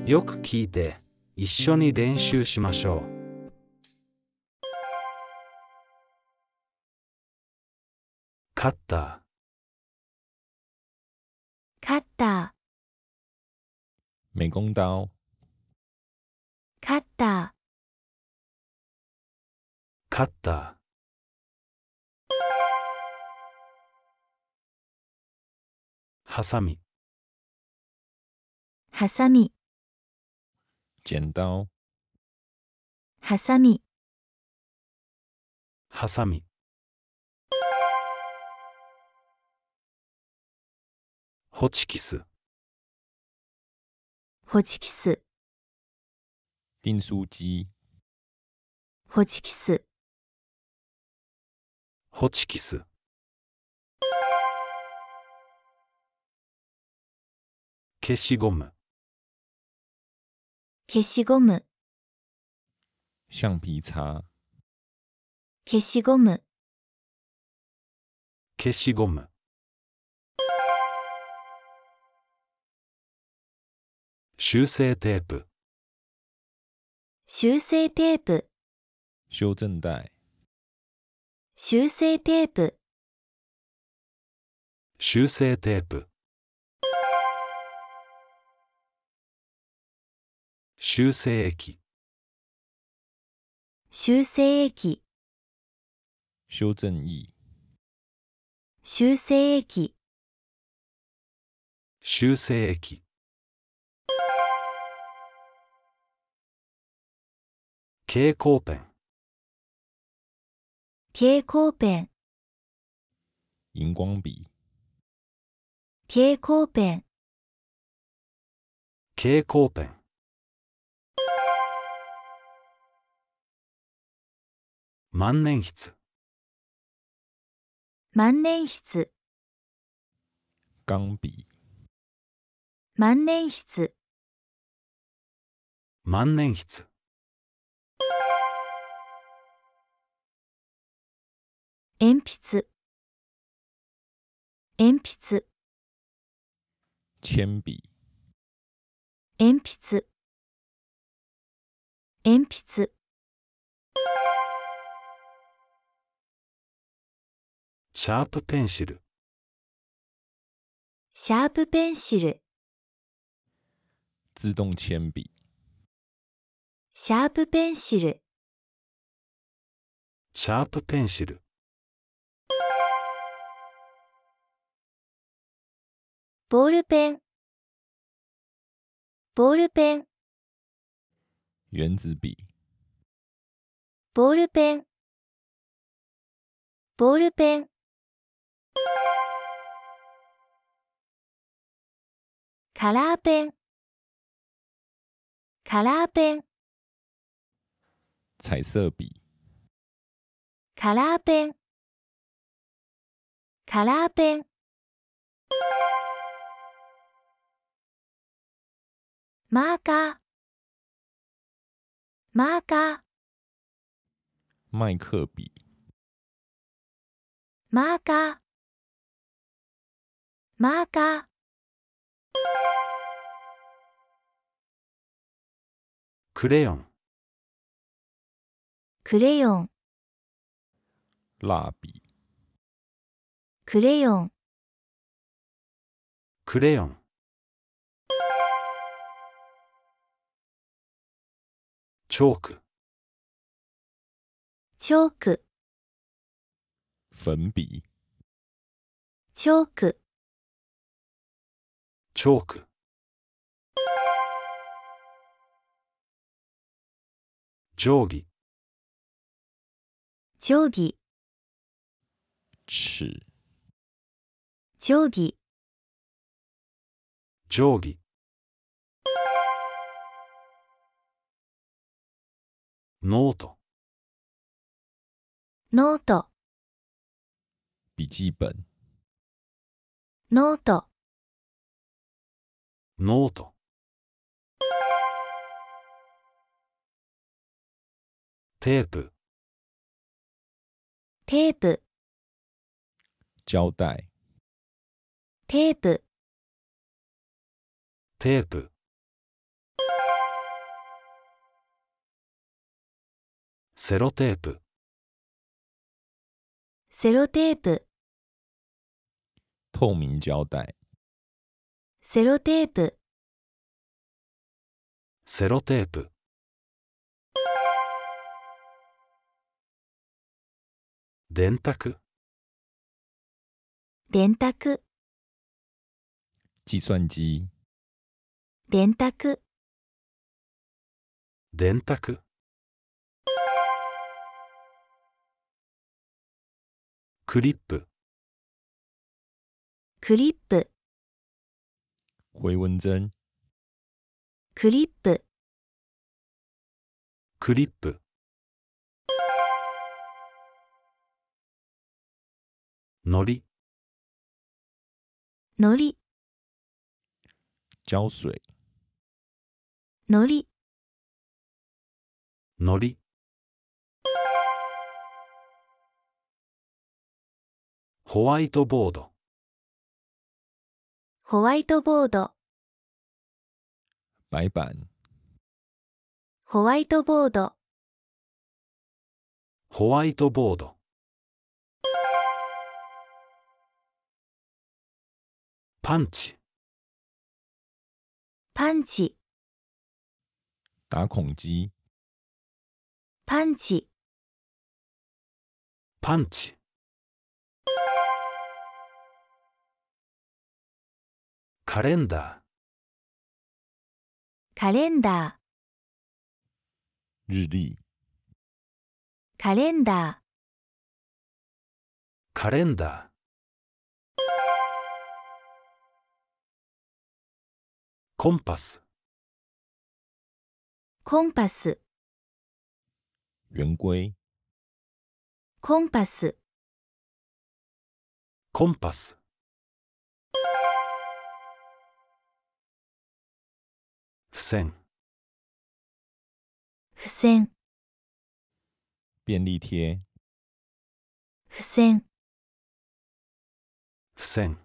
よく聞いて、一緒に練習しましょう。カッタカッタ美工刀、 ー、カッター、カッター。ハサミ、 ー、ハサミ、 剪刀、 ハサミ、 ハサミ。ホチキス、 ホチキス、 订书機、 ホチキス、 ホチキス。消しゴム、 消しゴム、 橡皮擦、 消しゴム、 消しゴム。修正テープ、 修正テープ、 修正帶、 修正テープ、 修正テープ。修正液、 修正液、 修正液、 修正液、 修正液。蛍光ペン、 蛍光ペン、 荧光筆、 蛍光ペン、 蛍光ペン。万年筆、 万年筆、 鋼筆、 万年筆、 万年筆。 鉛筆、鉛筆、 鉛筆、 鉛筆、鉛筆。 シャープペンシル、 シャープペンシル、 自動鉛筆、 シャープペンシル、 シャープペンシル。 ボールペン、ボールペン、 原子筆、 ボールペン、ボールペン。カラーペン、カラーペン、 彩色筆、 カラーペン、カラーペン。マーカー、マーカー、 麦克筆、 マーカー、マーカー。 クレヨン、 クレヨン、 蜡筆、 クレヨン、 クレヨン。チョーク、 チョーク、 粉筆、 チョーク、 チョーク。定規、 定規、 尺、 定規、 定規。ノート、 ノート、 筆記本、 ノート、 ノート。テープ、 テープ、 膠帶、 テープ、 テープ。 セロテープ、 セロテープ、 透明胶带、 セロテープ、 セロテープ。電卓、 電卓、 计算机、 電卓、 電卓。クリップ、 クリップ、 回纹针、 クリップ、 クリップ。のり、 のり、 胶水、 のり、 のり。ホワイトボード、 ホワイトボード、 白板、 ホワイトボード、 ホワイトボード。パンチ、 パンチ、 打孔机、 パンチ、 パンチ。カレンダカレンダ日历、 ー、カレンダー、カレンダー。コンパス、 ー、コンパス、 圆规、 コンパス、 コンパス。付箋、 付箋、 便利贴、 付箋、 付箋。